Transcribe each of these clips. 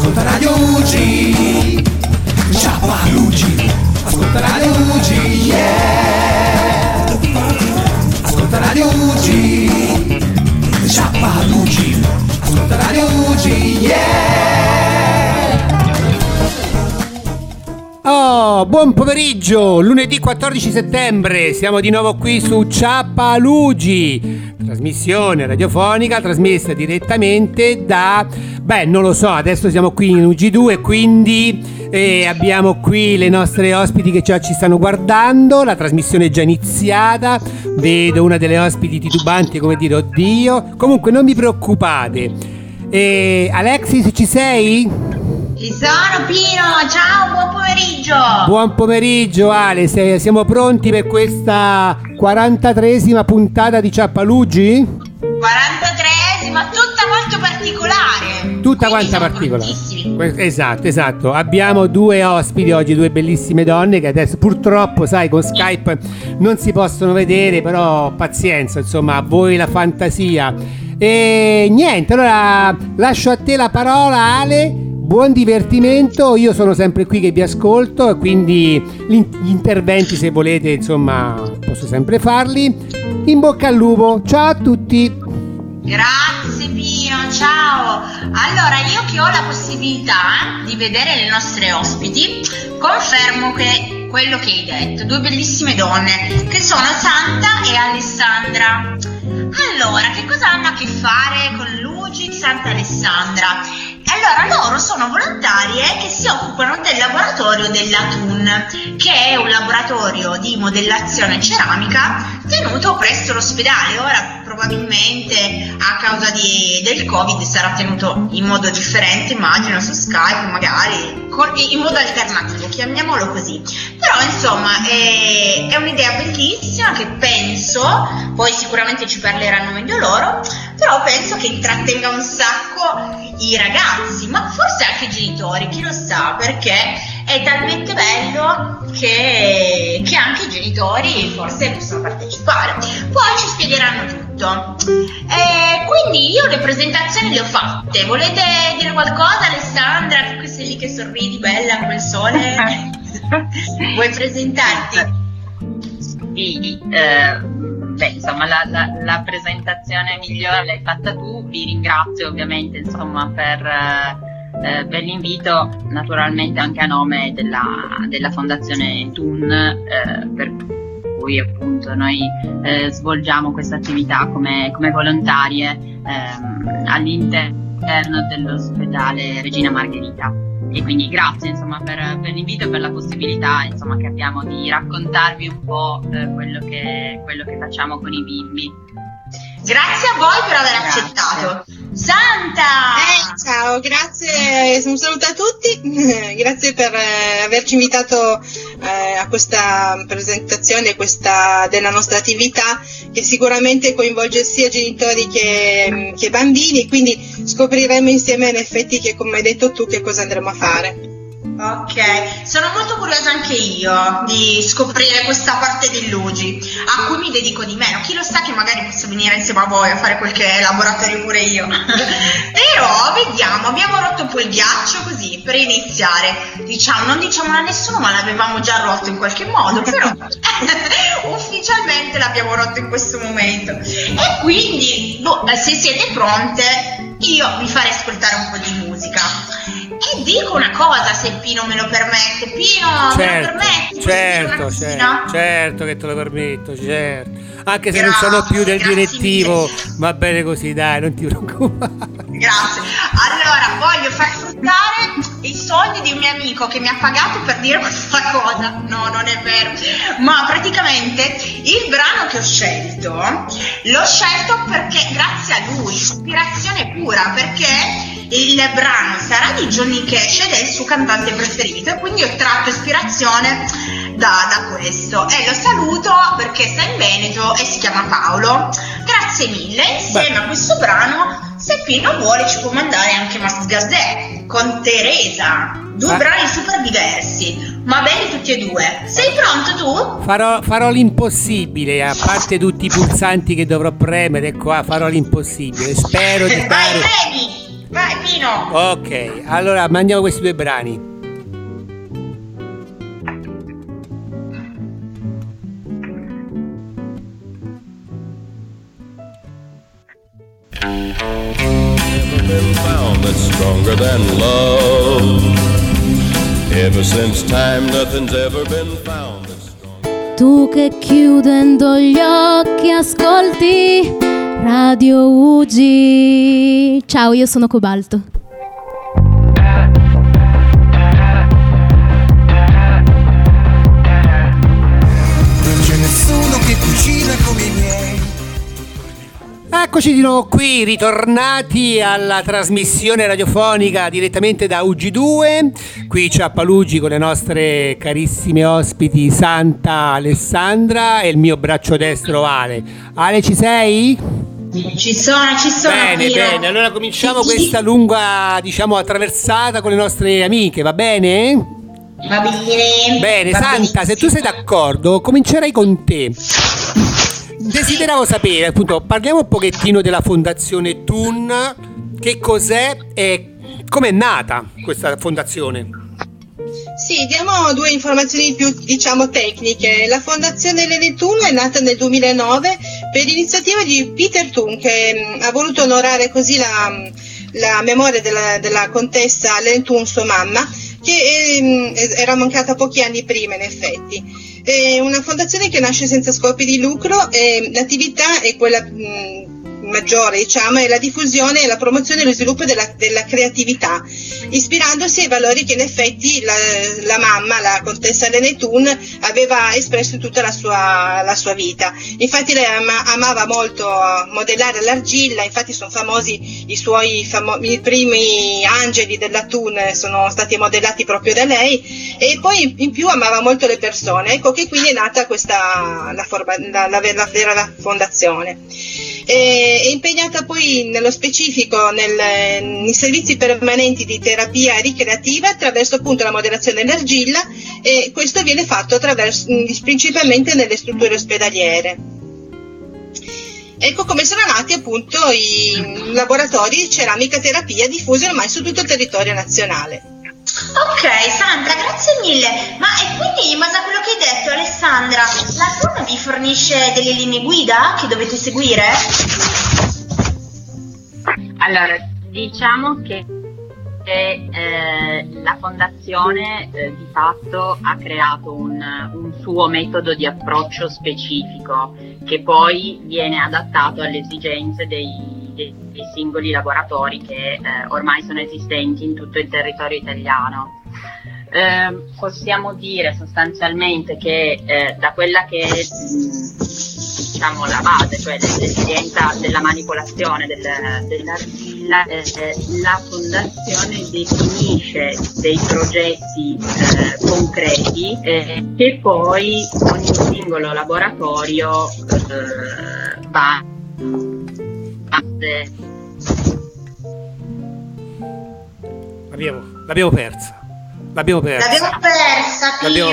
ascolta Radio UG, Ciappa UG, ascolta Radio UG, yeah. Ascolta Radio UG, Ciappa UG, ascolta Radio UG, yeah. Oh, buon pomeriggio, lunedì 14 settembre, siamo di nuovo qui su Ciappa Lugi, trasmissione radiofonica trasmessa direttamente da, non lo so, adesso siamo qui in UG2, quindi abbiamo qui le nostre ospiti che già ci stanno guardando, la trasmissione è già iniziata, vedo una delle ospiti titubanti come dire oddio, comunque non vi preoccupate. Alexis, ci sei? Ci sono, Pino, ciao, buon pomeriggio. Buon pomeriggio Ale, siamo pronti per questa 43esima puntata di Ciappa Lugi? 43esima, tutta molto particolare. Tutta quanta particolare. Esatto, abbiamo due ospiti oggi, due bellissime donne che adesso purtroppo, sai, con Skype non si possono vedere, però pazienza, insomma, a voi la fantasia. E niente, allora lascio a te la parola Ale. Buon divertimento, io sono sempre qui che vi ascolto e quindi gli interventi, se volete, insomma, posso sempre farli. In bocca al lupo, ciao a tutti. Grazie Pino, ciao. Allora, io che ho la possibilità di vedere le nostre ospiti, confermo che quello che hai detto, due bellissime donne che sono Santa e Alessandra. Allora, che cosa hanno a che fare con Lugi Santa Alessandra? Allora, loro sono volontarie che si occupano del laboratorio della TUN, che è un laboratorio di modellazione ceramica tenuto presso l'ospedale. Ora probabilmente a causa del Covid sarà tenuto in modo differente, immagino, su Skype magari, in modo alternativo, chiamiamolo così. Però insomma è un'idea bellissima che penso, poi sicuramente ci parleranno meglio loro, però penso che intrattenga un sacco i ragazzi, ma forse anche i genitori, chi lo sa, perché è talmente bello che anche i genitori forse possono partecipare. Poi ci spiegheranno tutto. Quindi io le presentazioni le ho fatte. Volete dire qualcosa, Alessandra? Che sei lì che sorridi, bella con il sole. Vuoi presentarti? Sì, insomma la presentazione migliore l'hai fatta tu. Vi ringrazio ovviamente, insomma, per l'invito, naturalmente anche a nome della Fondazione TUN, per cui appunto noi svolgiamo questa attività come volontarie all'interno dell'ospedale Regina Margherita. E quindi grazie, insomma, per l'invito e per la possibilità, insomma, che abbiamo di raccontarvi un po' quello che facciamo con i bimbi. Grazie a voi per aver accettato. Santa! Ciao, grazie, un saluto a tutti, grazie per averci invitato a questa presentazione della nostra attività, che sicuramente coinvolge sia genitori che bambini, quindi scopriremo insieme in effetti che, come hai detto tu, che cosa andremo a fare. Ok, sono molto curiosa anche io di scoprire questa parte dell'UGI a cui mi dedico di meno. Chi lo sa che magari posso venire insieme a voi a fare qualche laboratorio pure io. Però vediamo, abbiamo rotto un po' il ghiaccio così per iniziare. Non diciamolo a nessuno, ma l'avevamo già rotto in qualche modo, però ufficialmente l'abbiamo rotto in questo momento. E quindi, se siete pronte, io vi farei ascoltare un po' di musica. E dico una cosa, se Pino me lo permette. Pino, me lo permetti? Certo che te lo permetto, certo. Anche se non sono più del direttivo, mille. Va bene così, dai, non ti preoccupare. Grazie. Allora, voglio far fruttare i soldi di un mio amico che mi ha pagato per dire questa cosa. No, non è vero. Ma praticamente il brano che ho scelto, l'ho scelto perché grazie a lui, ispirazione pura, perché il brano sarà di Johnny Cash ed è il suo cantante preferito, e quindi ho tratto ispirazione da questo, e lo saluto perché sta in Veneto e si chiama Paolo. Grazie mille. Insieme a questo brano, se Pino vuole, ci può mandare anche Max Gazzè con Teresa, due brani super diversi ma belli tutti e due. Sei pronto tu? Farò l'impossibile, a parte tutti i pulsanti che dovrò premere qua, farò l'impossibile. Spero di fare. Vai Pino. Ok, allora mandiamo questi due brani. Never been found that's stronger than love. Ever since time, nothing's ever been found that's stronger. Tu che chiudendo gli occhi ascolti Radio UG. Ciao, io sono Cobalto. Non c'è nessuno che cucina come i miei. Eccoci di nuovo qui, ritornati alla trasmissione radiofonica direttamente da UG2. Qui Ciappalugi con le nostre carissime ospiti Santa, Alessandra e il mio braccio destro Ale. Ale, ci sei? Ci sono. Bene, Pino. bene. Allora cominciamo questa lunga, diciamo, attraversata con le nostre amiche, va bene? Va bene. Bene, Va Santa, se tu sei d'accordo, comincerei con te. Desideravo sapere, appunto, parliamo un pochettino della fondazione TUN, che cos'è e com'è nata questa fondazione. Sì, diamo due informazioni più, diciamo, tecniche. La fondazione Elena Thun è nata nel 2009 per iniziativa di Peter Thun, che ha voluto onorare così la memoria della contessa Elena Thun, sua mamma, che era mancata pochi anni prima, in effetti. È una fondazione che nasce senza scopi di lucro e l'attività è quella maggiore, diciamo, è la diffusione, la promozione e lo sviluppo della creatività, ispirandosi ai valori che in effetti la mamma, la contessa Elena Thun, aveva espresso in tutta la sua vita. Infatti lei amava molto modellare l'argilla, infatti sono famosi i primi angeli della Thun sono stati modellati proprio da lei, e poi in più amava molto le persone. Ecco che quindi è nata la vera fondazione. È impegnata poi nello specifico nei servizi permanenti di terapia ricreativa attraverso appunto la modellazione dell'argilla, e questo viene fatto principalmente nelle strutture ospedaliere. Ecco come sono nati appunto i laboratori di ceramica terapia diffusi ormai su tutto il territorio nazionale. Ok, Sandra, grazie mille. Ma e quindi, in base a quello che hai detto, Alessandra, la TUN vi fornisce delle linee guida che dovete seguire? Allora, diciamo che la fondazione di fatto ha creato un suo metodo di approccio specifico che poi viene adattato alle esigenze dei singoli laboratori che ormai sono esistenti in tutto il territorio italiano. Possiamo dire sostanzialmente che da quella che è diciamo la base, cioè l'esigenza della manipolazione dell'argilla, la fondazione definisce dei progetti concreti che poi ogni singolo laboratorio va L'abbiamo persa. L'abbiamo persa, Pino.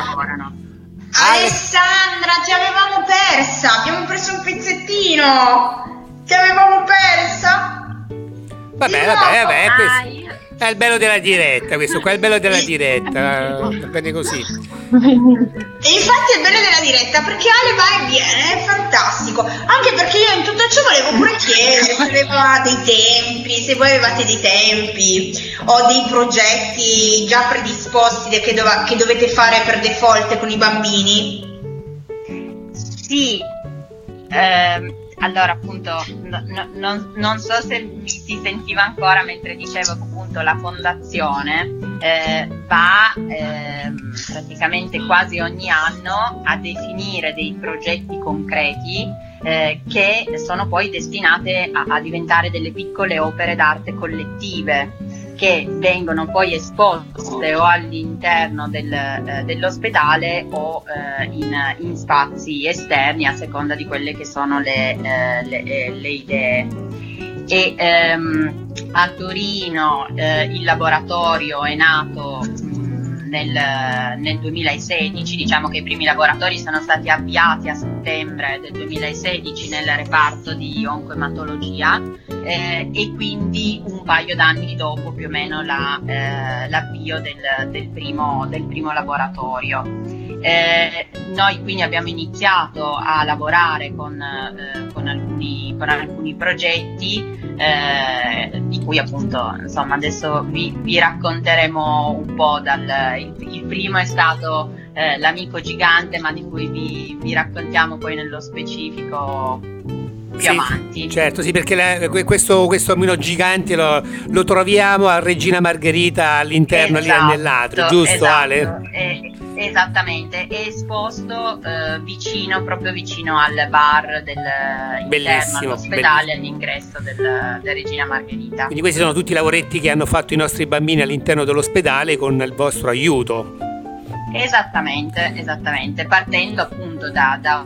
Alessandra, ti avevamo persa. Abbiamo preso un pezzettino. Ti avevamo persa. Vabbè, questo è il bello della diretta, questo qua è il bello della diretta, bene così. E infatti è bello della diretta perché Ale va e viene, è fantastico. Anche perché io in tutto ciò volevo pure chiedere se aveva dei tempi, se voi avevate dei tempi o dei progetti già predisposti che dovete fare per default con i bambini. Sì, allora appunto non so se mi si sentiva ancora mentre dicevo che appunto la fondazione va praticamente quasi ogni anno a definire dei progetti concreti che sono poi destinate a diventare delle piccole opere d'arte collettive che vengono poi esposte o all'interno dell'ospedale o in spazi esterni a seconda di quelle che sono le idee. E a Torino il laboratorio è nato nel 2016, diciamo che i primi laboratori sono stati avviati a settembre del 2016 nel reparto di oncoematologia e quindi un paio d'anni dopo più o meno l'avvio del primo laboratorio. Noi quindi abbiamo iniziato a lavorare con alcuni progetti di cui appunto insomma adesso vi racconteremo un po'. Il primo è stato l'amico gigante, ma di cui vi raccontiamo poi nello specifico più avanti. Certo, sì, perché questo omino gigante lo troviamo a Regina Margherita all'interno lì nell'atrio, giusto, esatto, Ale? Esattamente, è esposto proprio vicino al bar interno all'ospedale, all'ingresso del Regina Margherita. Quindi questi sono tutti i lavoretti che hanno fatto i nostri bambini all'interno dell'ospedale con il vostro aiuto. Esattamente, partendo appunto da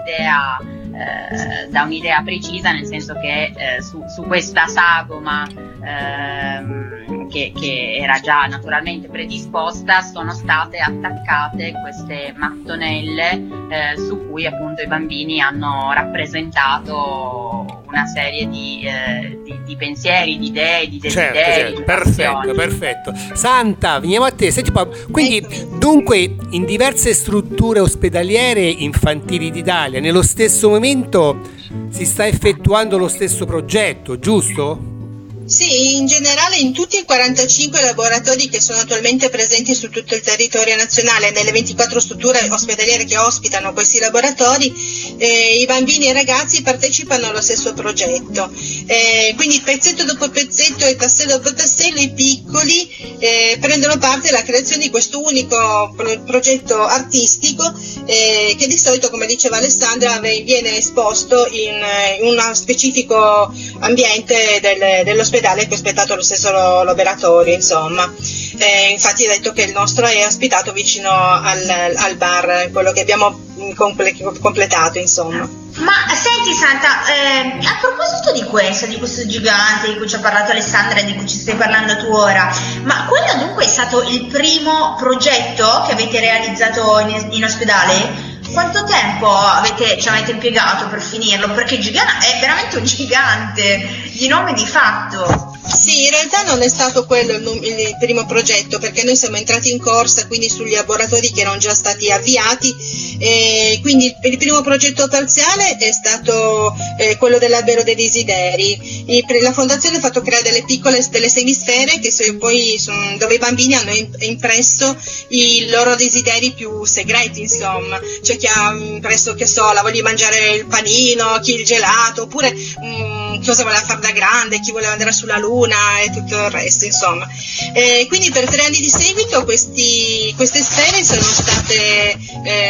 un'idea precisa, nel senso che su questa sagoma che era già naturalmente predisposta sono state attaccate queste mattonelle su cui appunto i bambini hanno rappresentato una serie di pensieri, di idee, di desideri. Certo, perfetto. Santa, veniamo a te. Senti, quindi dunque in diverse strutture ospedaliere infantili d'Italia nello stesso momento si sta effettuando lo stesso progetto, giusto? Sì, in generale in tutti i 45 laboratori che sono attualmente presenti su tutto il territorio nazionale, nelle 24 strutture ospedaliere che ospitano questi laboratori, i bambini e i ragazzi partecipano allo stesso progetto. Quindi pezzetto dopo pezzetto e tassello dopo tassello i piccoli prendono parte alla creazione di questo unico progetto artistico che di solito, come diceva Alessandra, viene esposto in uno specifico ambiente dell'ospedale che è ospitato lo stesso laboratorio, insomma. Infatti ha detto che il nostro è ospitato vicino al bar, quello che abbiamo completato, insomma. Ma senti Santa, a proposito di questo gigante di cui ci ha parlato Alessandra e di cui ci stai parlando tu ora, ma quello dunque è stato il primo progetto che avete realizzato in ospedale? Quanto tempo ci avete impiegato per finirlo? Perché è veramente un gigante di nome di fatto. Sì, in realtà non è stato quello il primo progetto, perché noi siamo entrati in corsa quindi sugli laboratori che erano già stati avviati, e quindi il primo progetto parziale è stato quello dell'albero dei desideri. La fondazione ha fatto creare delle semisfere dove i bambini hanno impresso i loro desideri più segreti, insomma. C'è chi ha impresso, la voglio mangiare il panino, chi il gelato, oppure cosa voleva fare da grande, chi voleva andare sulla luna e tutto il resto, insomma. Quindi per 3 anni di seguito queste sfere sono state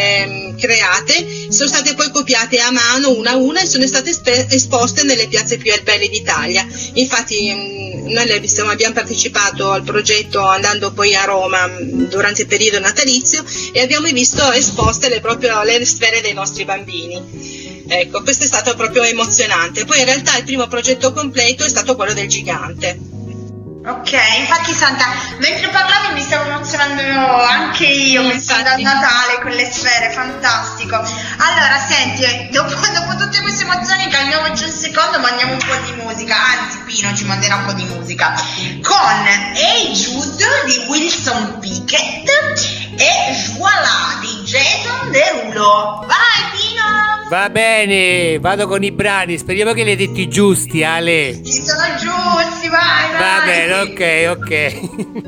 create, sono state poi copiate a mano una a una e sono state esposte nelle piazze più belle d'Italia. Infatti noi abbiamo partecipato al progetto andando poi a Roma durante il periodo natalizio e abbiamo visto esposte le sfere dei nostri bambini. Ecco, questo è stato proprio emozionante. Poi in realtà il primo progetto completo è stato quello del gigante. Ok, infatti Santa, mentre parlavi mi stavo emozionando anche io, pensando a Natale con le sfere, fantastico. Allora senti, dopo tutte queste emozioni calmiamoci un secondo, mandiamo un po' di musica, anzi Pino ci manderà un po' di musica, con Hey Jude di Wilson Pickett e Voilà di Jason Derulo. Vai Pino! Va bene, vado con i brani, speriamo che li hai detti giusti, Ale. Ci sono giusti, vai! Va bene, ok.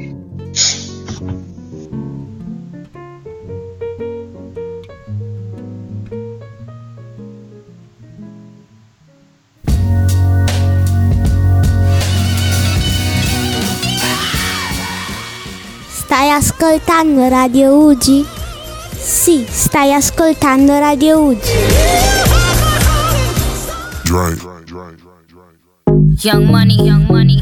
Stai ascoltando Radio Ugi? Sì, stai ascoltando Radio Ugi. Young Money.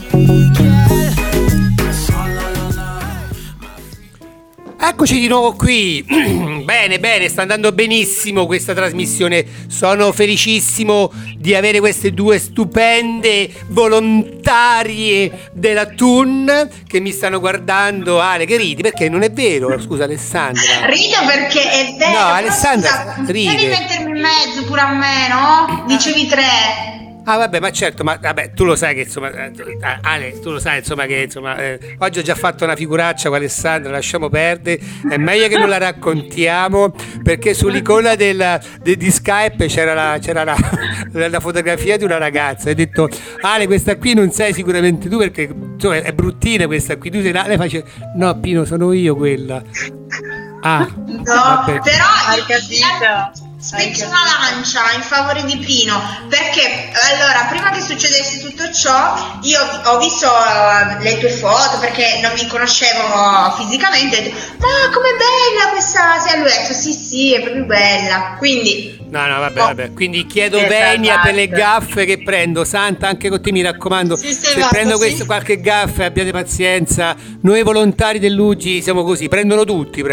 Eccoci di nuovo qui. Bene, sta andando benissimo questa trasmissione. Sono felicissimo di avere queste due stupende volontarie della TUN che mi stanno guardando. Ale, che ridi? Perché non è vero? Scusa Alessandra. Rido perché è vero. No, Alessandra scusa, ride. devi mettermi in mezzo pure a me, no? Dicevi 3. Ah vabbè, ma certo, ma vabbè, tu lo sai che insomma, Ale, tu lo sai insomma che insomma, oggi ho già fatto una figuraccia con Alessandra, lasciamo perdere, è meglio che non la raccontiamo, perché sull'icona di Skype c'era la fotografia di una ragazza, ho detto Ale, questa qui non sei sicuramente tu, perché insomma è bruttina questa qui, tu sei lei face no Pino, sono io quella. Ah, no, vabbè. però Hai capito? spezzo una lancia in favore di Pino, perché allora prima che succedesse tutto ciò io ho visto le tue foto, perché non mi conoscevo fisicamente, ho detto, ma com'è bella questa, e lui ha detto sì è proprio bella, quindi no vabbè, quindi chiedo venia per le gaffe che prendo. Santa, anche con te mi raccomando, se prendo qualche gaffe abbiate pazienza, noi volontari dell'UGI siamo così, prendono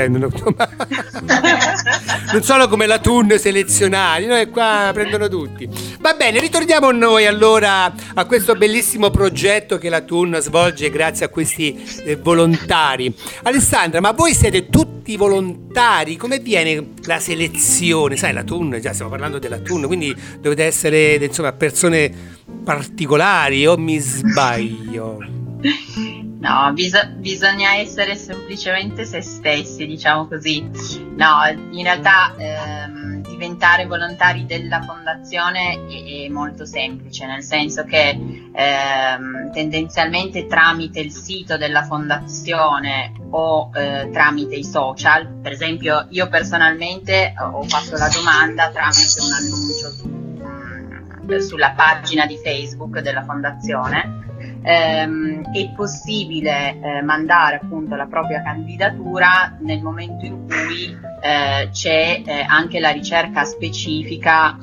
non sono come la TUN selezionati, noi qua prendono tutti. Va bene, ritorniamo noi allora a questo bellissimo progetto che la TUN svolge grazie a questi volontari. Alessandra, ma voi siete tutti volontari? Come viene la selezione? Sai, la TUN, già stiamo parlando della TUN, quindi dovete essere insomma persone particolari, o mi sbaglio? No, bisogna essere semplicemente se stessi, diciamo così. No, in realtà diventare volontari della fondazione è molto semplice, nel senso che tendenzialmente tramite il sito della fondazione o tramite i social, per esempio io personalmente ho fatto la domanda tramite un annuncio sulla pagina di Facebook della fondazione. È possibile mandare appunto la propria candidatura nel momento in cui c'è anche la ricerca specifica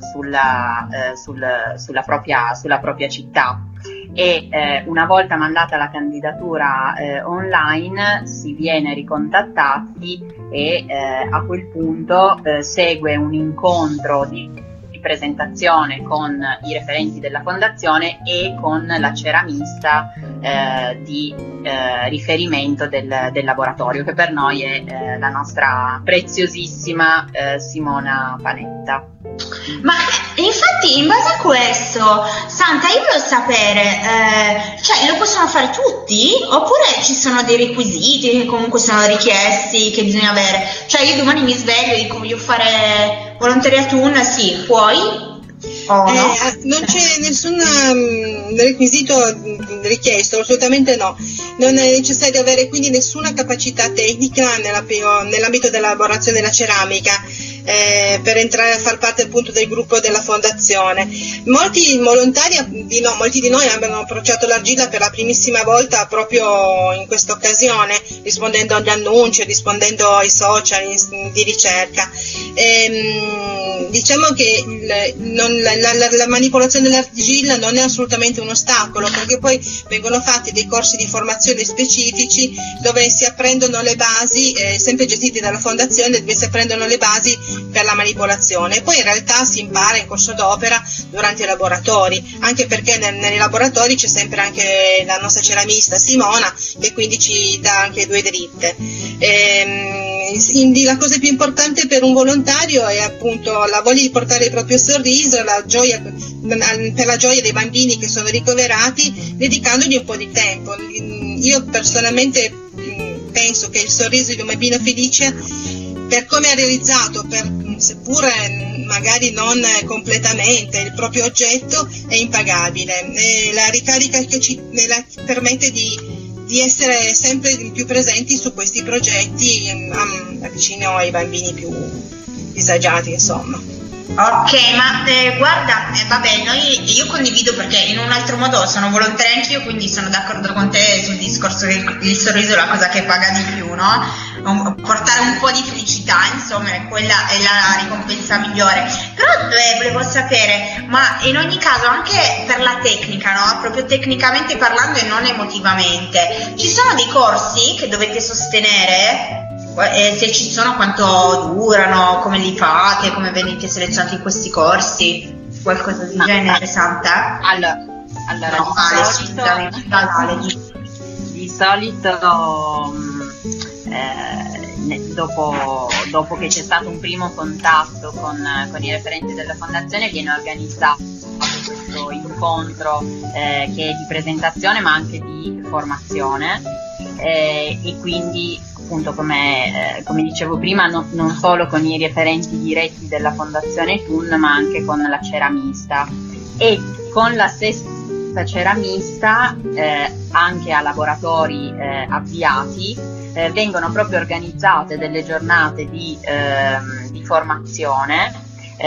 sulla propria città, e una volta mandata la candidatura online si viene ricontattati e a quel punto segue un incontro di presentazione con i referenti della fondazione e con la ceramista di riferimento del laboratorio, che per noi è la nostra preziosissima Simona Panetta. Ma infatti in base a questo, Santa, io volevo sapere, cioè lo possono fare tutti oppure ci sono dei requisiti che comunque sono richiesti, che bisogna avere? Cioè io domani mi sveglio e dico voglio fare volontariato TUN, sì, puoi? No? Non c'è nessun requisito richiesto, assolutamente no. Non è necessario avere quindi nessuna capacità tecnica nell'ambito dell'elaborazione della ceramica per entrare a far parte appunto del gruppo della fondazione. Molti di noi hanno approcciato l'argilla per la primissima volta proprio in questa occasione, rispondendo agli annunci, rispondendo ai social di ricerca. Diciamo che la manipolazione dell'argilla non è assolutamente un ostacolo, perché poi vengono fatti dei corsi di formazione specifici dove si apprendono le basi, sempre gestiti dalla fondazione, dove si apprendono le basi per la manipolazione. Poi in realtà si impara in corso d'opera durante i laboratori, anche perché nei laboratori c'è sempre anche la nostra ceramista Simona, che quindi ci dà anche due dritte. Quindi la cosa più importante per un volontario è appunto la voglia di portare il proprio sorriso, la gioia, per la gioia dei bambini che sono ricoverati, dedicandogli un po' di tempo. Io personalmente penso che il sorriso di un bambino felice, per come ha realizzato, seppure magari non completamente, il proprio oggetto, è impagabile. La ricarica che ci permette di essere sempre più presenti su questi progetti vicino ai bambini più disagiati, insomma. Ok, ma guarda, vabbè, io condivido, perché in un altro modo sono volontaria anch'io, quindi sono d'accordo con te sul discorso che il sorriso è la cosa che paga di più, no? Portare un po' di felicità, insomma, quella è la ricompensa migliore. Però volevo sapere, ma in ogni caso anche per la tecnica, no? Proprio tecnicamente parlando e non emotivamente, ci sono dei corsi che dovete sostenere? Se ci sono, quanto durano, come li fate, come venite selezionati in questi corsi, qualcosa del genere, Santa? Allora no, di solito dopo che c'è stato un primo contatto con i referenti della fondazione, viene organizzato questo incontro che è di presentazione ma anche di formazione, e quindi appunto come dicevo prima non solo con i referenti diretti della Fondazione Thun, ma anche con la ceramista, e con la stessa ceramista anche a laboratori avviati vengono proprio organizzate delle giornate di formazione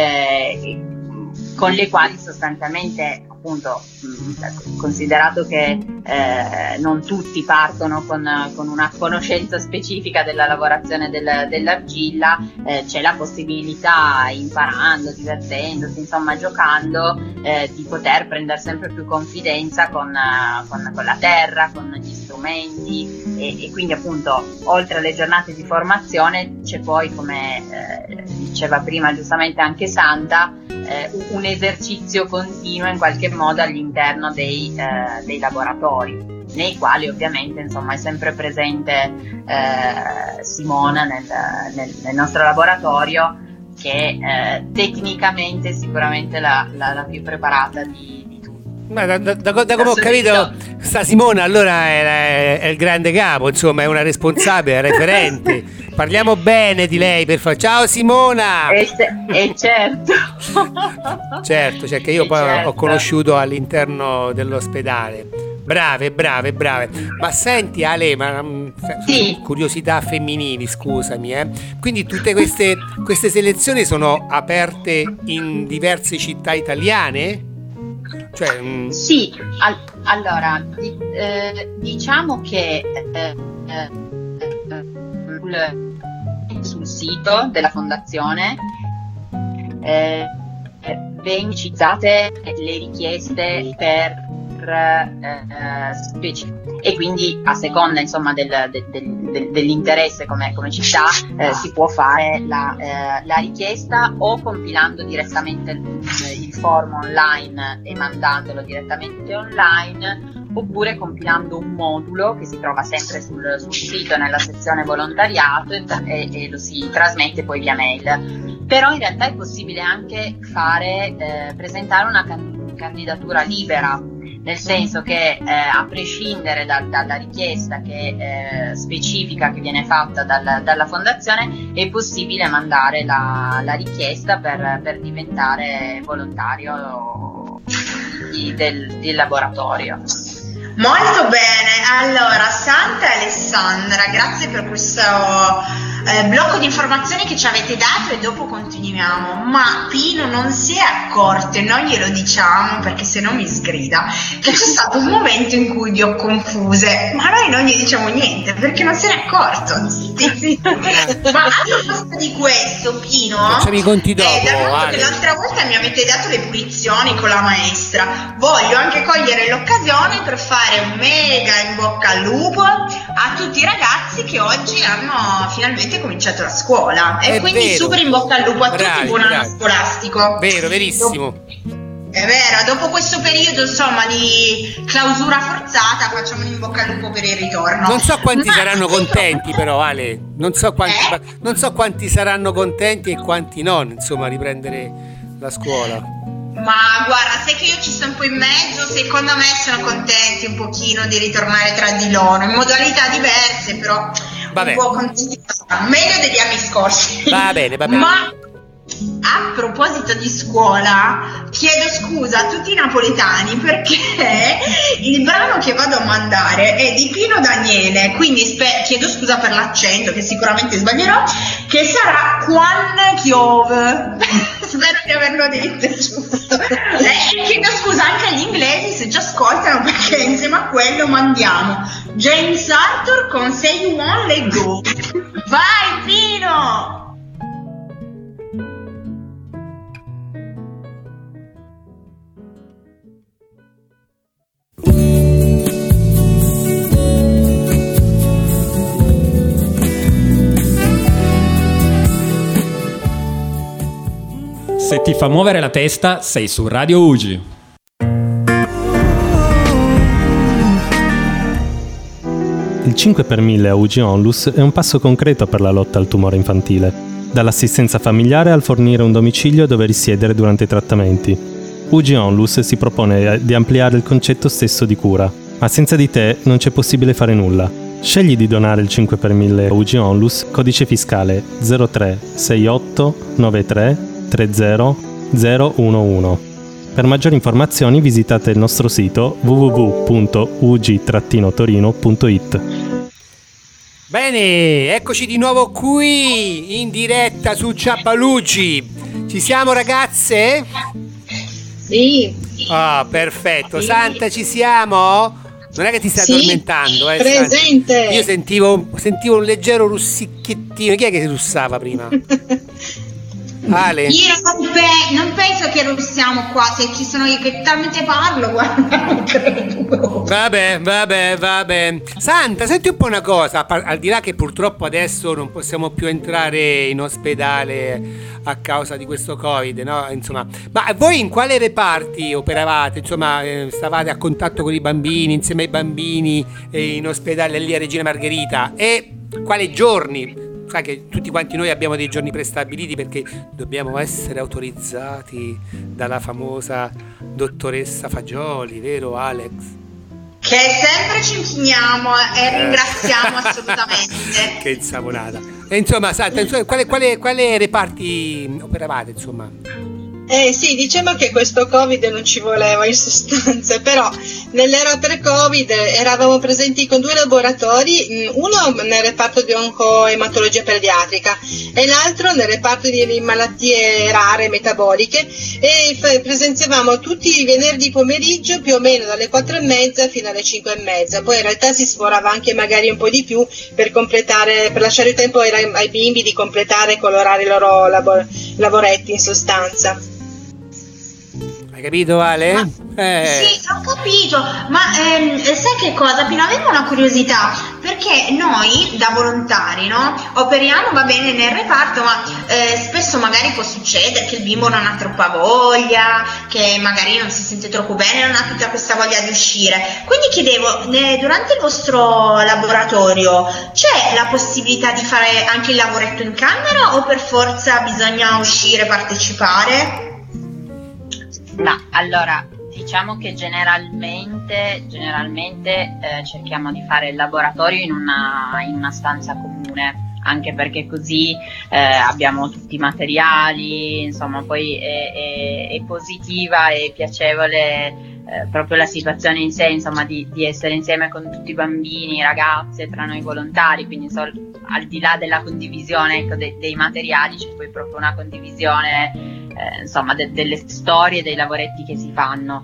con le quali sostanzialmente, appunto, considerato che non tutti partono con una conoscenza specifica della lavorazione dell'argilla, c'è la possibilità, imparando, divertendosi, insomma giocando, di poter prendere sempre più confidenza con la terra, con gli strumenti, e quindi appunto oltre alle giornate di formazione c'è poi, come diceva prima giustamente anche Santa, un esercizio continuo in qualche modo all'interno dei laboratori, nei quali ovviamente insomma è sempre presente Simona nel nostro laboratorio, che tecnicamente sicuramente la più preparata di tutti. Ma da come ho capito, sta Simona allora è il grande capo, insomma è una responsabile, è referente. Parliamo bene di lei, per favore. Ciao Simona! Certo. Certo, cioè che io poi ho conosciuto all'interno dell'ospedale. Brave. Ma senti Ale, sì. Curiosità femminili, scusami, Quindi tutte queste selezioni sono aperte in diverse città italiane? Cioè, sì, allora diciamo che sul sito della fondazione vengono citate le richieste per e quindi a seconda insomma dell'interesse come città si può fare la richiesta o compilando direttamente il form online e mandandolo direttamente online, oppure compilando un modulo che si trova sempre sul sito nella sezione volontariato e lo si trasmette poi via mail. Però in realtà è possibile anche presentare una candidatura libera, nel senso che a prescindere dalla richiesta specifica che viene fatta dalla fondazione, è possibile mandare la richiesta per diventare volontario del laboratorio. Molto bene, allora Santa e Alessandra, grazie per questo blocco di informazioni che ci avete dato, e dopo continuiamo. Ma Pino non si è accorto, e non glielo diciamo perché se no mi sgrida, che c'è stato un momento in cui vi ho confuse, ma noi non gli diciamo niente perché non se ne è accorto. Ma a proposito di questo, Pino, facciamo i conti dopo, che l'altra volta mi avete dato le pulizioni con la maestra, voglio anche cogliere l'occasione per fare un mega in bocca al lupo a tutti i ragazzi che oggi hanno finalmente cominciato la scuola, e quindi vero. Super in bocca al lupo a tutti, buon anno scolastico. Verissimo. È vero, dopo questo periodo insomma di clausura forzata facciamo un in bocca al lupo per il ritorno. Non so quanti saranno contenti però, Ale, non so quanti saranno contenti e quanti no, insomma, riprendere la scuola. Ma guarda, sai che io ci sto un po' in mezzo, secondo me sono contenti un pochino di ritornare tra di loro, in modalità diverse, però un po' contenti, meglio degli anni scorsi. Va bene. Ma a proposito di scuola, chiedo scusa a tutti i napoletani perché il brano che vado a mandare è di Pino Daniele, quindi chiedo scusa per l'accento che sicuramente sbaglierò, che sarà Quan Chiove. Spero di averlo detto giusto. Chiedo scusa anche agli inglesi se ci ascoltano, perché insieme a quello mandiamo James Arthur con Say You Want Let Go. Vai Pino! Se ti fa muovere la testa, sei su Radio Ugi. Il 5 per 1000 a Ugi Onlus è un passo concreto per la lotta al tumore infantile, dall'assistenza familiare al fornire un domicilio dove risiedere durante i trattamenti. UG Onlus si propone di ampliare il concetto stesso di cura, ma senza di te non c'è possibile fare nulla. Scegli di donare il 5 per 1000 UG Onlus, codice fiscale 0368 93 30 011. Per maggiori informazioni visitate il nostro sito www.ug-torino.it. Bene, eccoci di nuovo qui in diretta su Ciapalugi. Ci siamo, ragazze? Sì. Ah, perfetto. Santa, ci siamo? Non è che ti stai addormentando, presente. Santa. Io sentivo un leggero russicchiettino. Chi è che russava prima? Ale. Io non penso che russiamo qua, se ci sono io che talmente parlo, guarda, non credo. Vabbè. Santa, senti un po' una cosa, al di là che purtroppo adesso non possiamo più entrare in ospedale a causa di questo Covid, no? Insomma, ma voi in quale reparti operavate? Insomma, stavate a contatto con i bambini, insieme ai bambini in ospedale lì a Regina Margherita, e quali giorni? Sai che tutti quanti noi abbiamo dei giorni prestabiliti perché dobbiamo essere autorizzati dalla famosa dottoressa Fagioli, vero Alex? Che sempre ci impegniamo e ringraziamo assolutamente. Che insaponata. E insomma, Santa, quale reparti operavate, insomma? Sì, diciamo che questo Covid non ci voleva in sostanza, però nell'era pre-Covid eravamo presenti con 2 laboratori, uno nel reparto di oncoematologia pediatrica e l'altro nel reparto di malattie rare metaboliche, e presenziavamo tutti i venerdì pomeriggio più o meno dalle 4:30 fino alle 5:30, poi in realtà si sforava anche magari un po' di più per lasciare il tempo ai bimbi di completare e colorare i loro lavoretti in sostanza. Hai capito, Ale? Sì, ho capito, ma sai che cosa? Pino, avevo una curiosità, perché noi da volontari, no? Operiamo, va bene, nel reparto, ma spesso magari può succedere che il bimbo non ha troppa voglia, che magari non si sente troppo bene, non ha tutta questa voglia di uscire. Quindi chiedevo, durante il vostro laboratorio c'è la possibilità di fare anche il lavoretto in camera o per forza bisogna uscire, partecipare? No, allora diciamo che generalmente cerchiamo di fare il laboratorio in una stanza comune, anche perché così abbiamo tutti i materiali, insomma poi è positiva e piacevole proprio la situazione in sé, insomma di essere insieme con tutti i bambini, ragazze, tra noi volontari, quindi al di là della condivisione, ecco, dei materiali, c'è poi proprio una condivisione insomma delle storie, dei lavoretti che si fanno.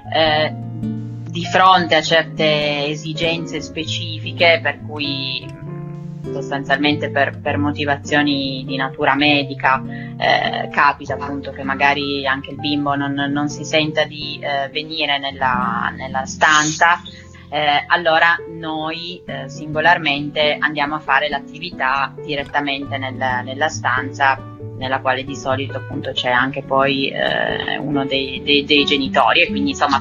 Di fronte a certe esigenze specifiche, per cui sostanzialmente per motivazioni di natura medica capita appunto che magari anche il bimbo non si senta di venire nella stanza, allora noi singolarmente andiamo a fare l'attività direttamente nella stanza, nella quale di solito appunto c'è anche poi uno dei genitori, e quindi insomma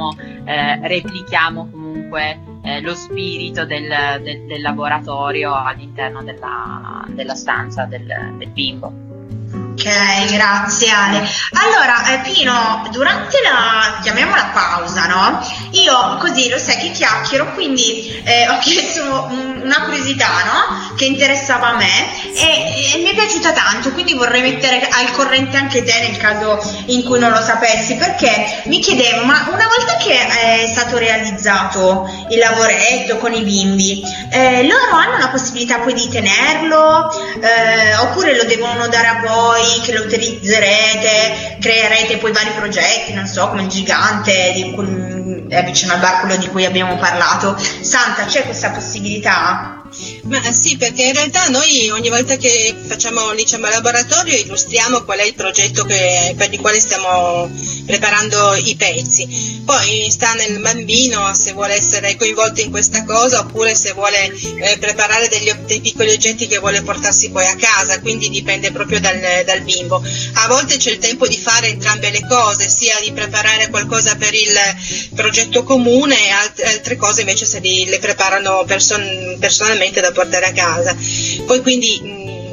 replichiamo comunque lo spirito del laboratorio all'interno della stanza del bimbo. Ok, grazie Ale. Allora, Pino, durante chiamiamola pausa, no? Io così lo sai che chiacchiero, quindi ho chiesto una curiosità, no? Che interessava a me e mi è piaciuta tanto, quindi vorrei mettere al corrente anche te nel caso in cui non lo sapessi, perché mi chiedevo, ma una volta che è stato realizzato il lavoretto con i bimbi, loro hanno la possibilità poi di tenerlo oppure lo devono dare a voi, che lo utilizzerete, creerete poi vari progetti, non so, come il gigante vicino al bar, quello di cui abbiamo parlato. Santa, c'è questa possibilità? Ma sì, perché in realtà noi ogni volta che facciamo il laboratorio illustriamo qual è il progetto per il quale stiamo preparando i pezzi. Poi sta nel bambino se vuole essere coinvolto in questa cosa oppure se vuole preparare dei piccoli oggetti che vuole portarsi poi a casa, quindi dipende proprio dal bimbo. A volte c'è il tempo di fare entrambe le cose, sia di preparare qualcosa per il progetto comune e altre cose invece se le preparano personalmente da portare a casa. Poi quindi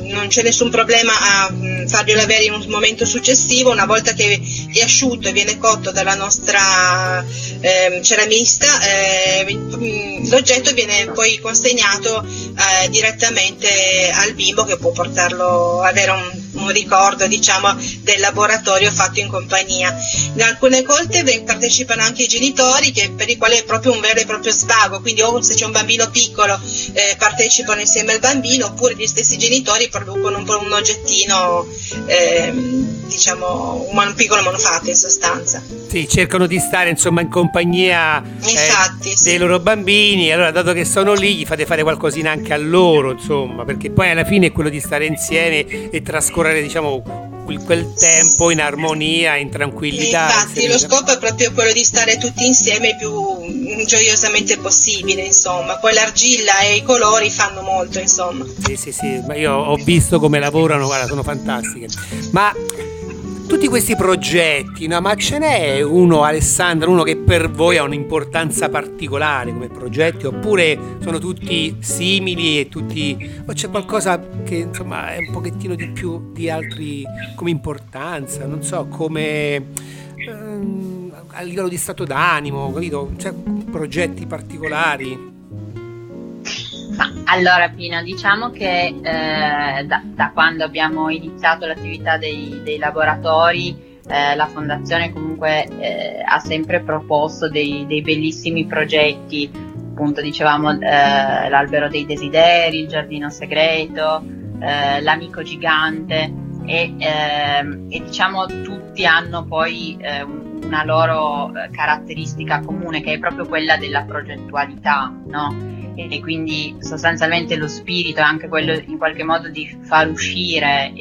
non c'è nessun problema a farglielo avere in un momento successivo. Una volta che è asciutto e viene cotto dalla nostra ceramista, l'oggetto viene poi consegnato direttamente al bimbo, che può portarlo, avere un ricordo, diciamo, del laboratorio fatto in compagnia. In alcune colte partecipano anche i genitori, per i quali è proprio un vero e proprio svago, quindi o se c'è un bambino piccolo partecipano insieme al bambino, oppure gli stessi genitori producono un oggettino, diciamo un piccolo manufatto in sostanza. Sì, cercano di stare insomma in compagnia dei loro bambini, allora dato che sono lì gli fate fare qualcosina anche a loro, insomma, perché poi alla fine è quello di stare insieme e trascorrere, diciamo, quel tempo in armonia, in tranquillità. Infatti lo scopo è proprio quello di stare tutti insieme più gioiosamente possibile, insomma. Poi l'argilla e i colori fanno molto, insomma. Sì, ma io ho visto come lavorano, guarda, sono fantastiche. Ma tutti questi progetti, no? Ma ce n'è uno, Alessandra, uno che per voi ha un'importanza particolare come progetti, oppure sono tutti simili e tutti, o c'è qualcosa che insomma è un pochettino di più di altri come importanza, non so, come a livello di stato d'animo, capito? C'è progetti particolari? Allora Pino, diciamo che da quando abbiamo iniziato l'attività dei laboratori, la fondazione comunque ha sempre proposto dei bellissimi progetti, appunto dicevamo l'albero dei desideri, il giardino segreto, l'amico gigante e diciamo tutti hanno poi una loro caratteristica comune, che è proprio quella della progettualità, no? E quindi sostanzialmente lo spirito è anche quello in qualche modo di far uscire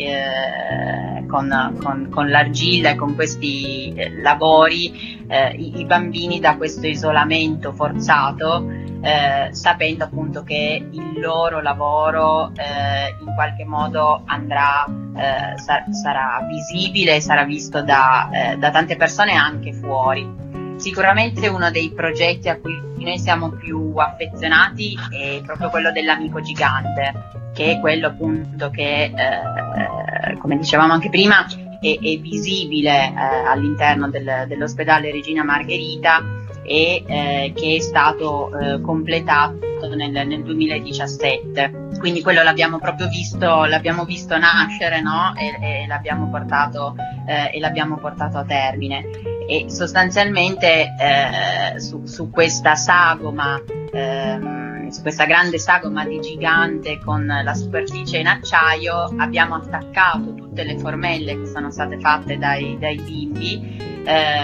con l'argilla e con questi lavori i bambini da questo isolamento forzato, sapendo appunto che il loro lavoro in qualche modo andrà sarà visibile e sarà visto da tante persone anche fuori. Sicuramente uno dei progetti a cui noi siamo più affezionati è proprio quello dell'amico gigante, che è quello appunto che, come dicevamo anche prima, è visibile all'interno dell'ospedale Regina Margherita e che è stato completato nel 2017. Quindi quello l'abbiamo visto nascere, no? E l'abbiamo portato a termine. E sostanzialmente su questa sagoma, su questa grande sagoma di gigante con la superficie in acciaio, abbiamo attaccato tutte le formelle che sono state fatte dai bimbi,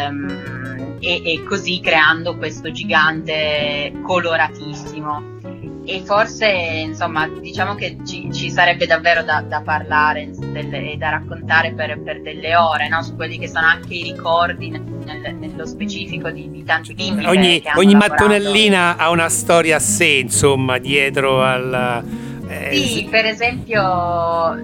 e così creando questo gigante coloratissimo. E forse, insomma, diciamo che ci sarebbe davvero da parlare e da raccontare per delle ore, no? Su quelli che sono anche i ricordi nello specifico di tanti bimbi. Ogni mattonellina ha una storia a sé, insomma, dietro al... Sì, per esempio,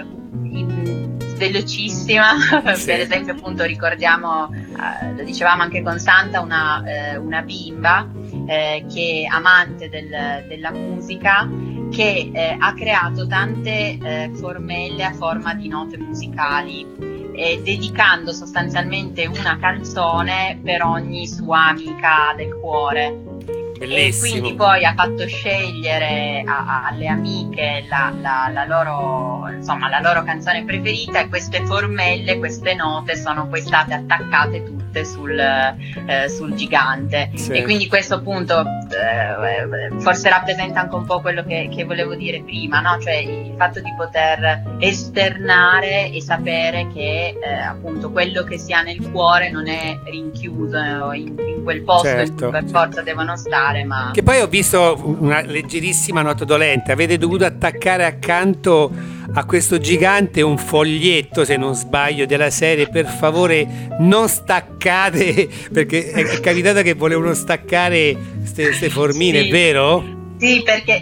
velocissima, sì. Per esempio appunto ricordiamo, lo dicevamo anche con Santa, una bimba che è amante della musica, che ha creato tante formelle a forma di note musicali, dedicando sostanzialmente una canzone per ogni sua amica del cuore. Bellissimo. E quindi poi ha fatto scegliere alle amiche la loro canzone preferita, e queste formelle, queste note sono poi state attaccate tutte sul gigante. Sì. E quindi questo appunto forse rappresenta anche un po' quello che volevo dire prima, no? Cioè il fatto di poter esternare e sapere che appunto quello che si ha nel cuore non è rinchiuso in quel posto, certo, in cui per forza devono stare. Ma... Che poi ho visto una leggerissima nota dolente, avete dovuto attaccare accanto a questo gigante un foglietto, se non sbaglio, della serie: per favore non staccate, perché è capitato che volevano staccare queste formine, sì. È vero? Sì,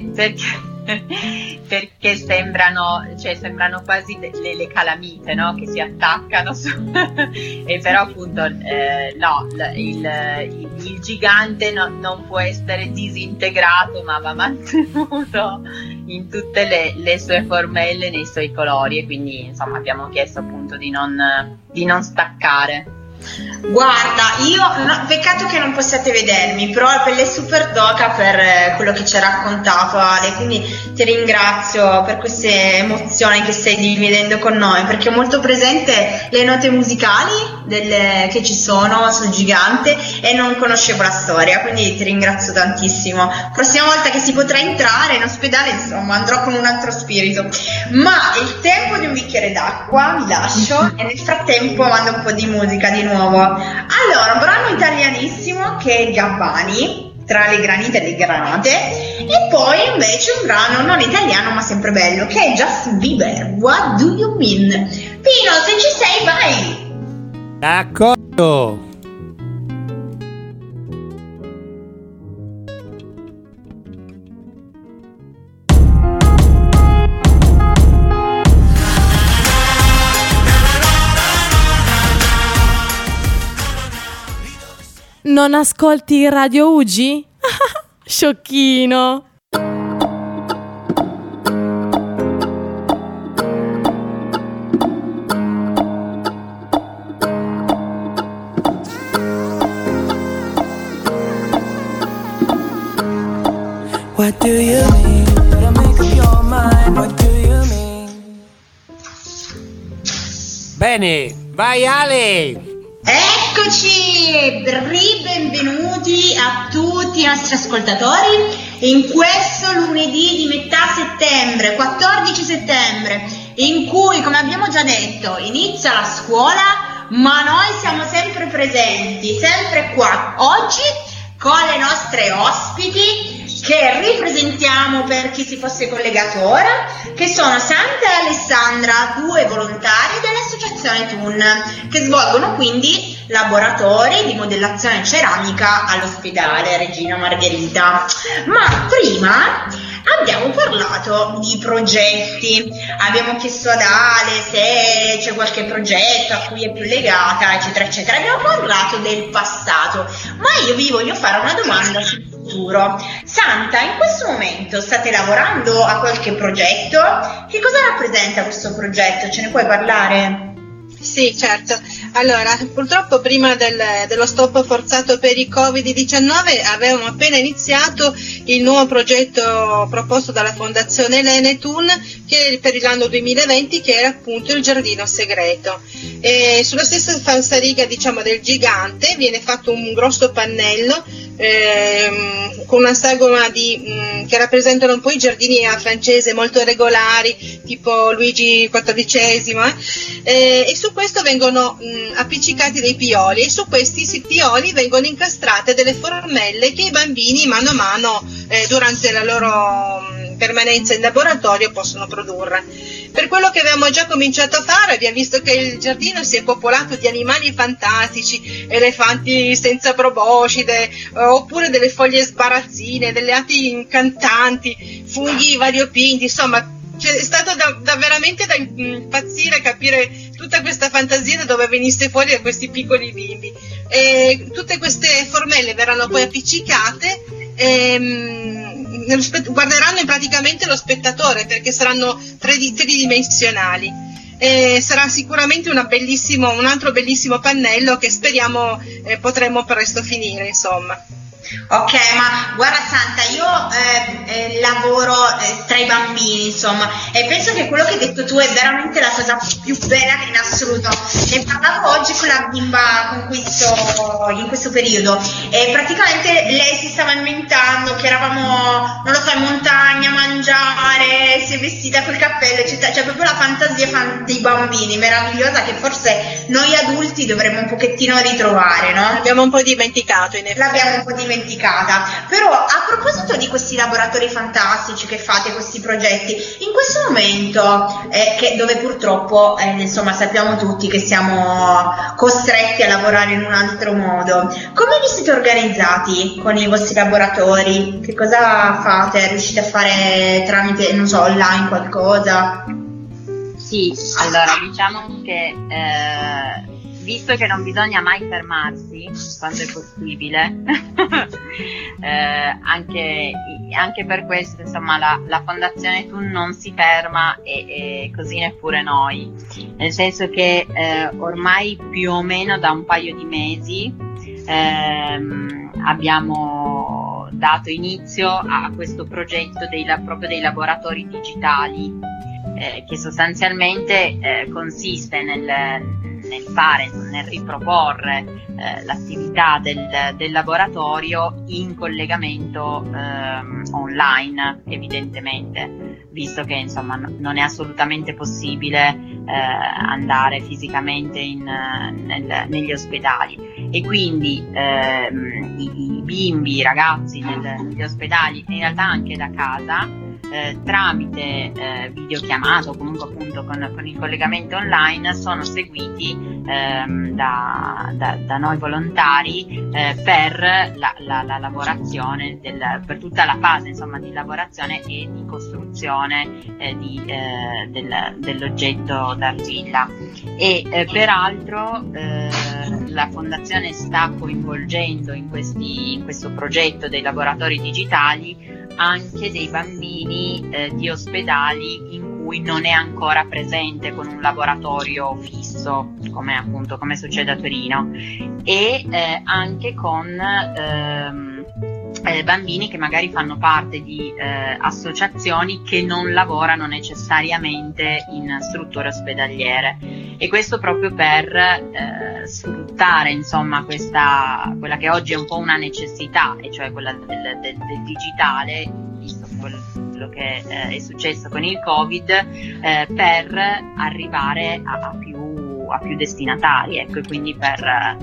perché sembrano quasi le calamite, no? Che si attaccano su e però appunto no, il gigante non può essere disintegrato, ma va mantenuto in tutte le sue formelle, nei suoi colori, e quindi insomma abbiamo chiesto appunto di non staccare. Guarda, peccato che non possiate vedermi, però la pelle è super doca per quello che ci ha raccontato Ale, quindi ti ringrazio per queste emozioni che stai dividendo con noi, perché ho molto presente le note musicali che ci sono sul gigante e non conoscevo la storia, quindi ti ringrazio tantissimo. Prossima volta che si potrà entrare in ospedale, insomma, andrò con un altro spirito. Ma è il tempo di un bicchiere d'acqua, vi lascio, e nel frattempo mando un po' di musica di nuovo. Allora, un brano italianissimo che è Gabbani, tra le granite e le granate, e poi invece un brano non italiano ma sempre bello, che è Justin Bieber, What Do You Mean? Pino, se ci sei, vai! D'accordo! Non ascolti Radio Ugi? Sciocchino! What do you mean? Better make up your mind. What do you mean? Bene, vai Ale! Eccoci, benvenuti a tutti i nostri ascoltatori in questo lunedì di metà settembre, 14 settembre, in cui, come abbiamo già detto, inizia la scuola, ma noi siamo sempre presenti, sempre qua, oggi con le nostre ospiti che ripresentiamo per chi si fosse collegato ora, che sono Santa e Alessandra, due volontari dell'associazione TUN, che svolgono quindi laboratori di modellazione ceramica all'ospedale Regina Margherita. Ma prima abbiamo parlato di progetti, abbiamo chiesto ad Ale se c'è qualche progetto a cui è più legata, eccetera eccetera, abbiamo parlato del passato, ma io vi voglio fare una domanda sul futuro. Santa, in questo momento state lavorando a qualche progetto? Che cosa rappresenta questo progetto? Ce ne puoi parlare? Sì, certo. Allora, purtroppo prima dello stop forzato per il Covid-19 avevamo appena iniziato il nuovo progetto proposto dalla Fondazione Lenetun che per l'anno 2020, che era appunto il giardino segreto. E sulla stessa falsariga, diciamo, del gigante viene fatto un grosso pannello con una sagoma che rappresentano un po' i giardini a francese molto regolari, tipo Luigi XIV, e su questo vengono appiccicati dei pioli, e su questi pioli vengono incastrate delle formelle che i bambini mano a mano durante la loro permanenza in laboratorio possono produrre. Per quello che avevamo già cominciato a fare, abbiamo visto che il giardino si è popolato di animali fantastici, elefanti senza proboscide, oppure delle foglie sbarazzine, delle api incantanti, funghi variopinti, insomma è stato veramente da impazzire capire tutta questa fantasia da dove venisse fuori da questi piccoli bimbi. E tutte queste formelle verranno poi appiccicate guarderanno praticamente lo spettatore, perché saranno tridimensionali. Sarà sicuramente un altro bellissimo pannello che speriamo potremo presto finire, insomma. Ok, ma guarda Santa, io lavoro tra i bambini, insomma, e penso che quello che hai detto tu è veramente la cosa più bella in assoluto. Ne parlavo oggi con la bimba in questo periodo, e praticamente lei si stava inventando che eravamo, non lo so, in montagna a mangiare, si è vestita col cappello, eccetera. Cioè proprio la fantasia dei bambini meravigliosa, che forse noi adulti dovremmo un pochettino ritrovare, no? L'abbiamo un po' dimenticato, in effetti. L'abbiamo un po' dimenticata. Però a proposito di questi laboratori fantastici che fate, questi progetti, in questo momento dove purtroppo insomma sappiamo tutti che siamo costretti a lavorare in un altro modo, come vi siete organizzati con i vostri laboratori? Che cosa fate? Riuscite a fare tramite, non so, online qualcosa? Sì, allora diciamo che visto che non bisogna mai fermarsi quando è possibile, anche per questo, insomma, la Fondazione Thun non si ferma e così neppure noi, nel senso che ormai più o meno da un paio di mesi abbiamo dato inizio a questo progetto proprio dei laboratori digitali, che sostanzialmente consiste nel riproporre l'attività del laboratorio in collegamento online, evidentemente, visto che insomma non è assolutamente possibile andare fisicamente negli ospedali, e quindi i bimbi, i ragazzi negli ospedali, e in realtà anche da casa, tramite videochiamata o comunque appunto con il collegamento online, sono seguiti da noi volontari per la lavorazione per tutta la fase, insomma, di lavorazione e di costruzione dell'oggetto d'argilla. E peraltro la Fondazione sta coinvolgendo in questo progetto dei laboratori digitali anche dei bambini di ospedali in cui non è ancora presente con un laboratorio fisso, come succede a Torino, e anche con bambini che magari fanno parte di associazioni che non lavorano necessariamente in strutture ospedaliere, e questo proprio per sfruttare, insomma, quella che oggi è un po' una necessità, e cioè quella del digitale, visto quello che è successo con il Covid, per arrivare a più destinatari, ecco, e quindi per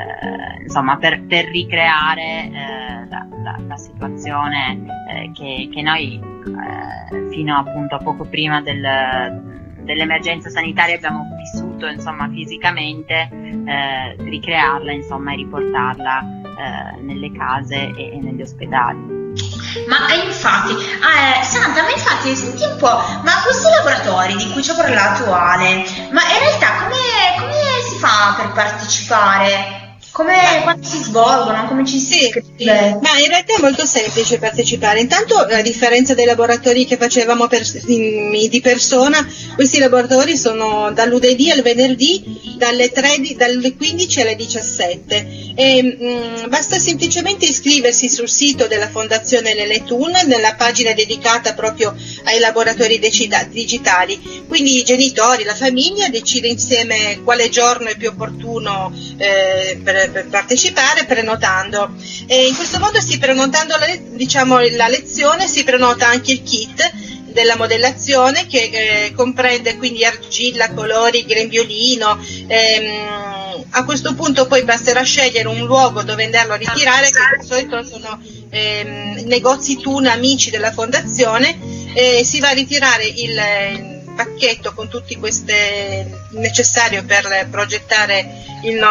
ricreare la situazione che noi fino appunto a poco prima dell'emergenza sanitaria abbiamo vissuto, insomma, fisicamente, ricrearla, insomma, e riportarla nelle case e negli ospedali. Ma infatti, Santa, senti un po', ma questi laboratori di cui ci ha parlato Ale, ma in realtà come si fa per partecipare? Quando si svolgono? Come ci si iscrive? Ma in realtà è molto semplice partecipare. Intanto, a differenza dei laboratori che facevamo di persona, questi laboratori sono dal lunedì al venerdì, dalle 15 alle 17. E basta semplicemente iscriversi sul sito della Fondazione Lele Thun, nella pagina dedicata proprio ai laboratori digitali. Quindi i genitori, la famiglia decide insieme quale giorno è più opportuno per partecipare, prenotando. E in questo modo, prenotando la lezione, si prenota anche il kit della modellazione, che comprende quindi argilla, colori, grembiulino. A questo punto poi basterà scegliere un luogo dove andarlo a ritirare, che di solito sono negozi Thun amici della Fondazione. Si va a ritirare il pacchetto con tutti queste necessario per progettare il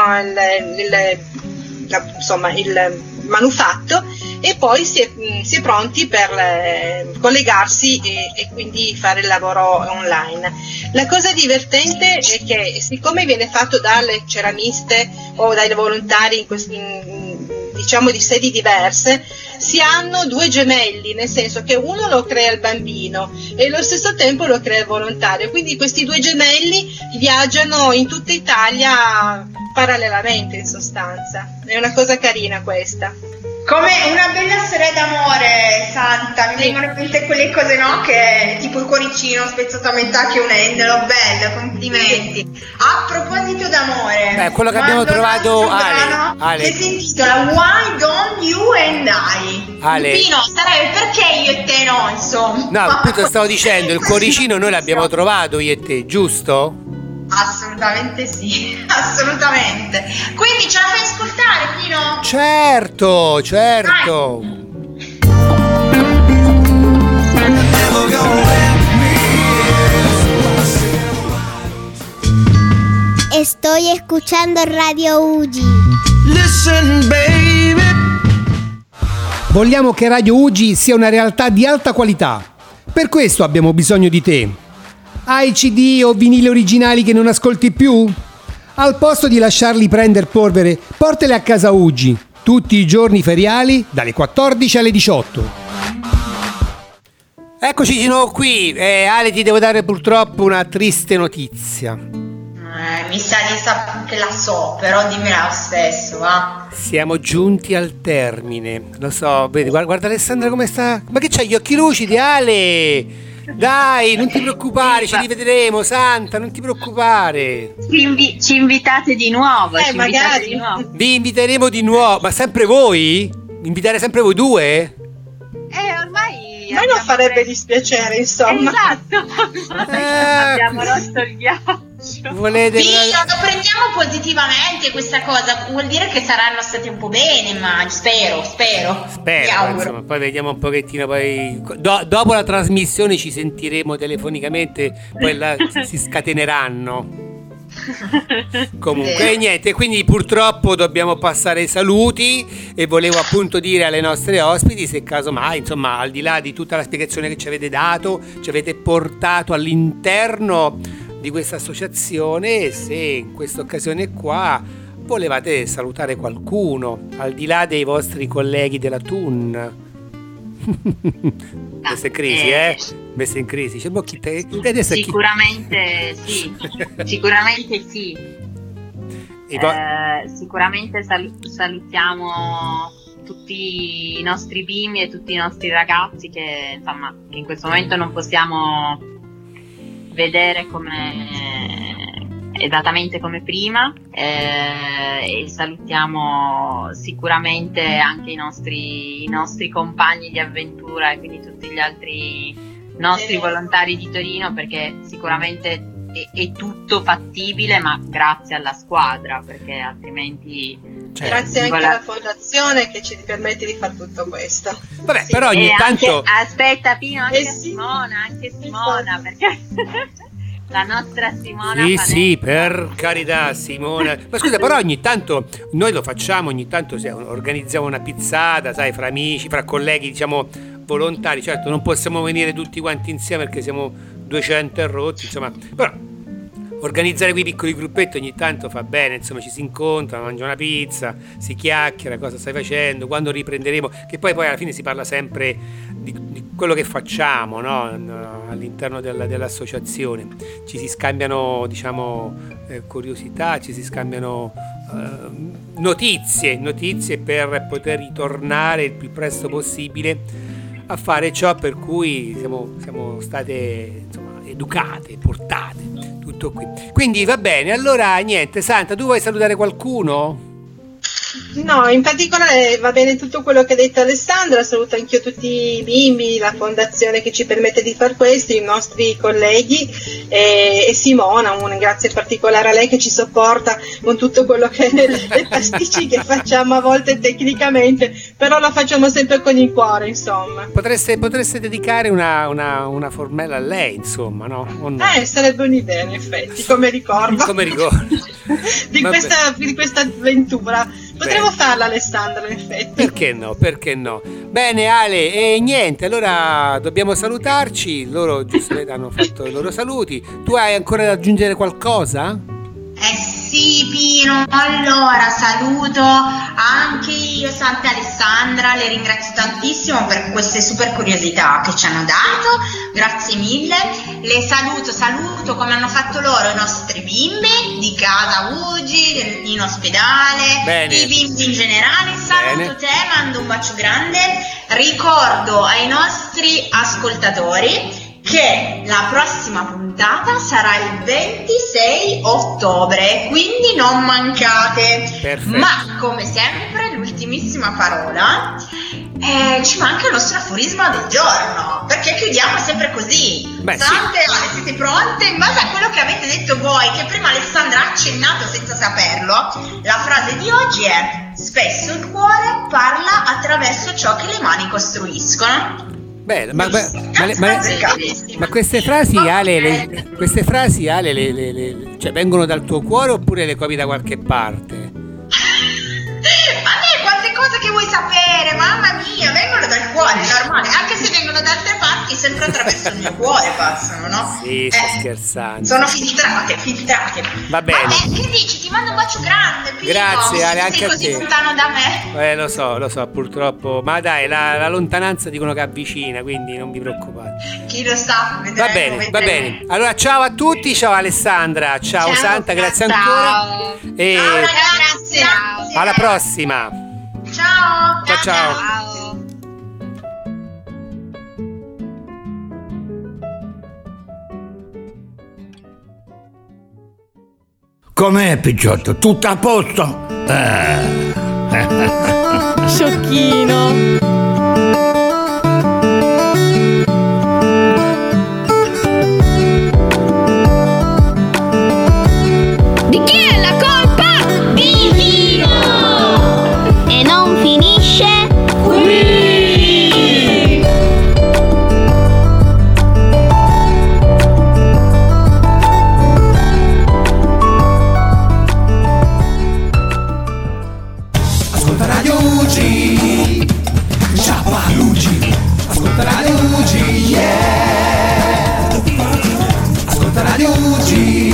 manufatto, e poi si è pronti per collegarsi e quindi fare il lavoro online. La cosa divertente è che, siccome viene fatto dalle ceramiste o dai volontari di sedi diverse, si hanno due gemelli, nel senso che uno lo crea il bambino e allo stesso tempo lo crea il volontario, quindi questi due gemelli viaggiano in tutta Italia parallelamente, in sostanza. È una cosa carina questa. Come una bella storia d'amore, Santa, mi vengono in mente quelle cose, no? Che tipo il cuoricino spezzato a metà che unendolo, bello, complimenti. A proposito d'amore, quello che abbiamo trovato, Ale, che si intitola Why Don't You and I? Ale. Pino, sarebbe perché io e te no, insomma. No, appunto stavo dicendo, il cuoricino noi l'abbiamo trovato io e te, giusto? Assolutamente sì, assolutamente. Quindi ce la fai ascoltare, Pino? Certo. Estoy escuchando Radio Ugi. Listen, baby. Vogliamo che Radio Ugi sia una realtà di alta qualità. Per questo abbiamo bisogno di te. Hai CD o vinili originali che non ascolti più? Al posto di lasciarli prendere polvere, portali a casa Ugi, tutti i giorni feriali dalle 14 alle 18. Eccoci di nuovo qui. Ale, ti devo dare purtroppo una triste notizia. Mi sa che la so, però dimmela lo stesso, va. Siamo giunti al termine. Lo so, vedi, guarda Alessandra come sta. Ma che c'hai gli occhi lucidi, Ale? Dai, non ti preoccupare, ci rivedremo, Santa, non ti preoccupare. Ci invitate di nuovo, magari. Vi inviteremo di nuovo, ma sempre voi? Invitare sempre voi due? Ormai a me non farebbe dispiacere, insomma. Esatto. Abbiamo rotto il ghiaccio. Volete? Sì, lo prendiamo positivamente questa cosa, vuol dire che saranno stati un po' bene, ma spero, insomma, poi vediamo un pochettino, poi dopo la trasmissione ci sentiremo telefonicamente, poi là si scateneranno. Comunque niente, quindi purtroppo dobbiamo passare ai saluti e volevo appunto dire alle nostre ospiti, se casomai, insomma, al di là di tutta la spiegazione che ci avete dato, ci avete portato all'interno di questa associazione, se in questa occasione qua volevate salutare qualcuno al di là dei vostri colleghi della TUN. Messa in crisi, messa in crisi. C'è sicuramente sì. Sicuramente sì. Sicuramente salutiamo tutti i nostri bimbi e tutti i nostri ragazzi che insomma che in questo momento non possiamo vedere esattamente come prima, e salutiamo sicuramente anche i nostri compagni di avventura e quindi tutti gli altri nostri volontari di Torino, perché sicuramente è tutto fattibile, ma grazie alla squadra, perché altrimenti grazie anche alla fondazione che ci permette di fare tutto questo. Vabbè, sì. Però ogni tanto aspetta Pino, anche Simona, perché la nostra Simona sì, per carità Simona, ma scusa, però ogni tanto noi lo facciamo, ogni tanto organizziamo una pizzata, sai, fra amici, fra colleghi, diciamo volontari. Certo non possiamo venire tutti quanti insieme perché siamo 200 e rotti, insomma, però organizzare quei piccoli gruppetti ogni tanto fa bene, insomma, ci si incontra, mangia una pizza, si chiacchiera, cosa stai facendo, quando riprenderemo, che poi alla fine si parla sempre di quello che facciamo, no? All'interno dell'associazione ci si scambiano, diciamo, curiosità, ci si scambiano notizie per poter ritornare il più presto possibile a fare ciò per cui siamo state, insomma, educate, portate, tutto qui. Quindi va bene, allora niente, Santa, tu vuoi salutare qualcuno? No, in particolare va bene tutto quello che ha detto Alessandra, saluto anch'io tutti i bimbi, la fondazione che ci permette di far questo, i nostri colleghi e Simona, un grazie particolare a lei che ci sopporta con tutto quello che le pasticci che facciamo a volte tecnicamente, però lo facciamo sempre con il cuore, insomma. Potreste dedicare una formella a lei, insomma, no? O no? Sarebbe un'idea in effetti, come ricordo. di questa avventura. Potremmo farla, Alessandra, in effetti. Perché no? Bene, Ale, e niente, allora dobbiamo salutarci. Loro giustamente hanno fatto i loro saluti. Tu hai ancora da aggiungere qualcosa? Sì, Pino, allora saluto anche io Santa Alessandra, le ringrazio tantissimo per queste super curiosità che ci hanno dato, grazie mille. Le saluto come hanno fatto loro i nostri bimbi di casa Ugi, in ospedale. Bene. I bimbi in generale. Saluto te, mando un bacio grande. Ricordo ai nostri ascoltatori che la prossima puntata sarà il 26 ottobre, quindi non mancate. Perfetto. Ma come sempre l'ultimissima parola, ci manca il nostro aforisma del giorno, perché chiudiamo sempre così. Sante Ale, siete pronte? In base a quello che avete detto voi, che prima Alessandra ha accennato senza saperlo, la frase di oggi è: spesso il cuore parla attraverso ciò che le mani costruiscono. Beh, ma queste frasi, Ale, cioè, vengono dal tuo cuore oppure le copi da qualche parte? Ma quante cose che vuoi sapere, mamma mia, vengono dal cuore, normale, anche se vengono da altre parti, sempre sempre attraverso il mio cuore passano, no? Sì, sto scherzando. Sono filtrate. Va bene. Vabbè, che dici? Ti mando un bacio grande, Pino. Grazie, Ale, anche sei a così te. lontano da me. Lo so, purtroppo. Ma dai, la lontananza dicono che avvicina, quindi non vi preoccupate. Chi lo sa, Va bene. Allora, ciao a tutti, ciao Alessandra, ciao Santa, grazie ancora. E Ciao ragazzi. alla prossima. Ciao. Com'è, Picciotto? Tutto a posto? Sciocchino. Di chi è la colpa? Di Dio! E non finisce qui! Ascolta Radio UG, Ciapalugi. Ascolta Radio UG, yeah. Ascolta Radio UG.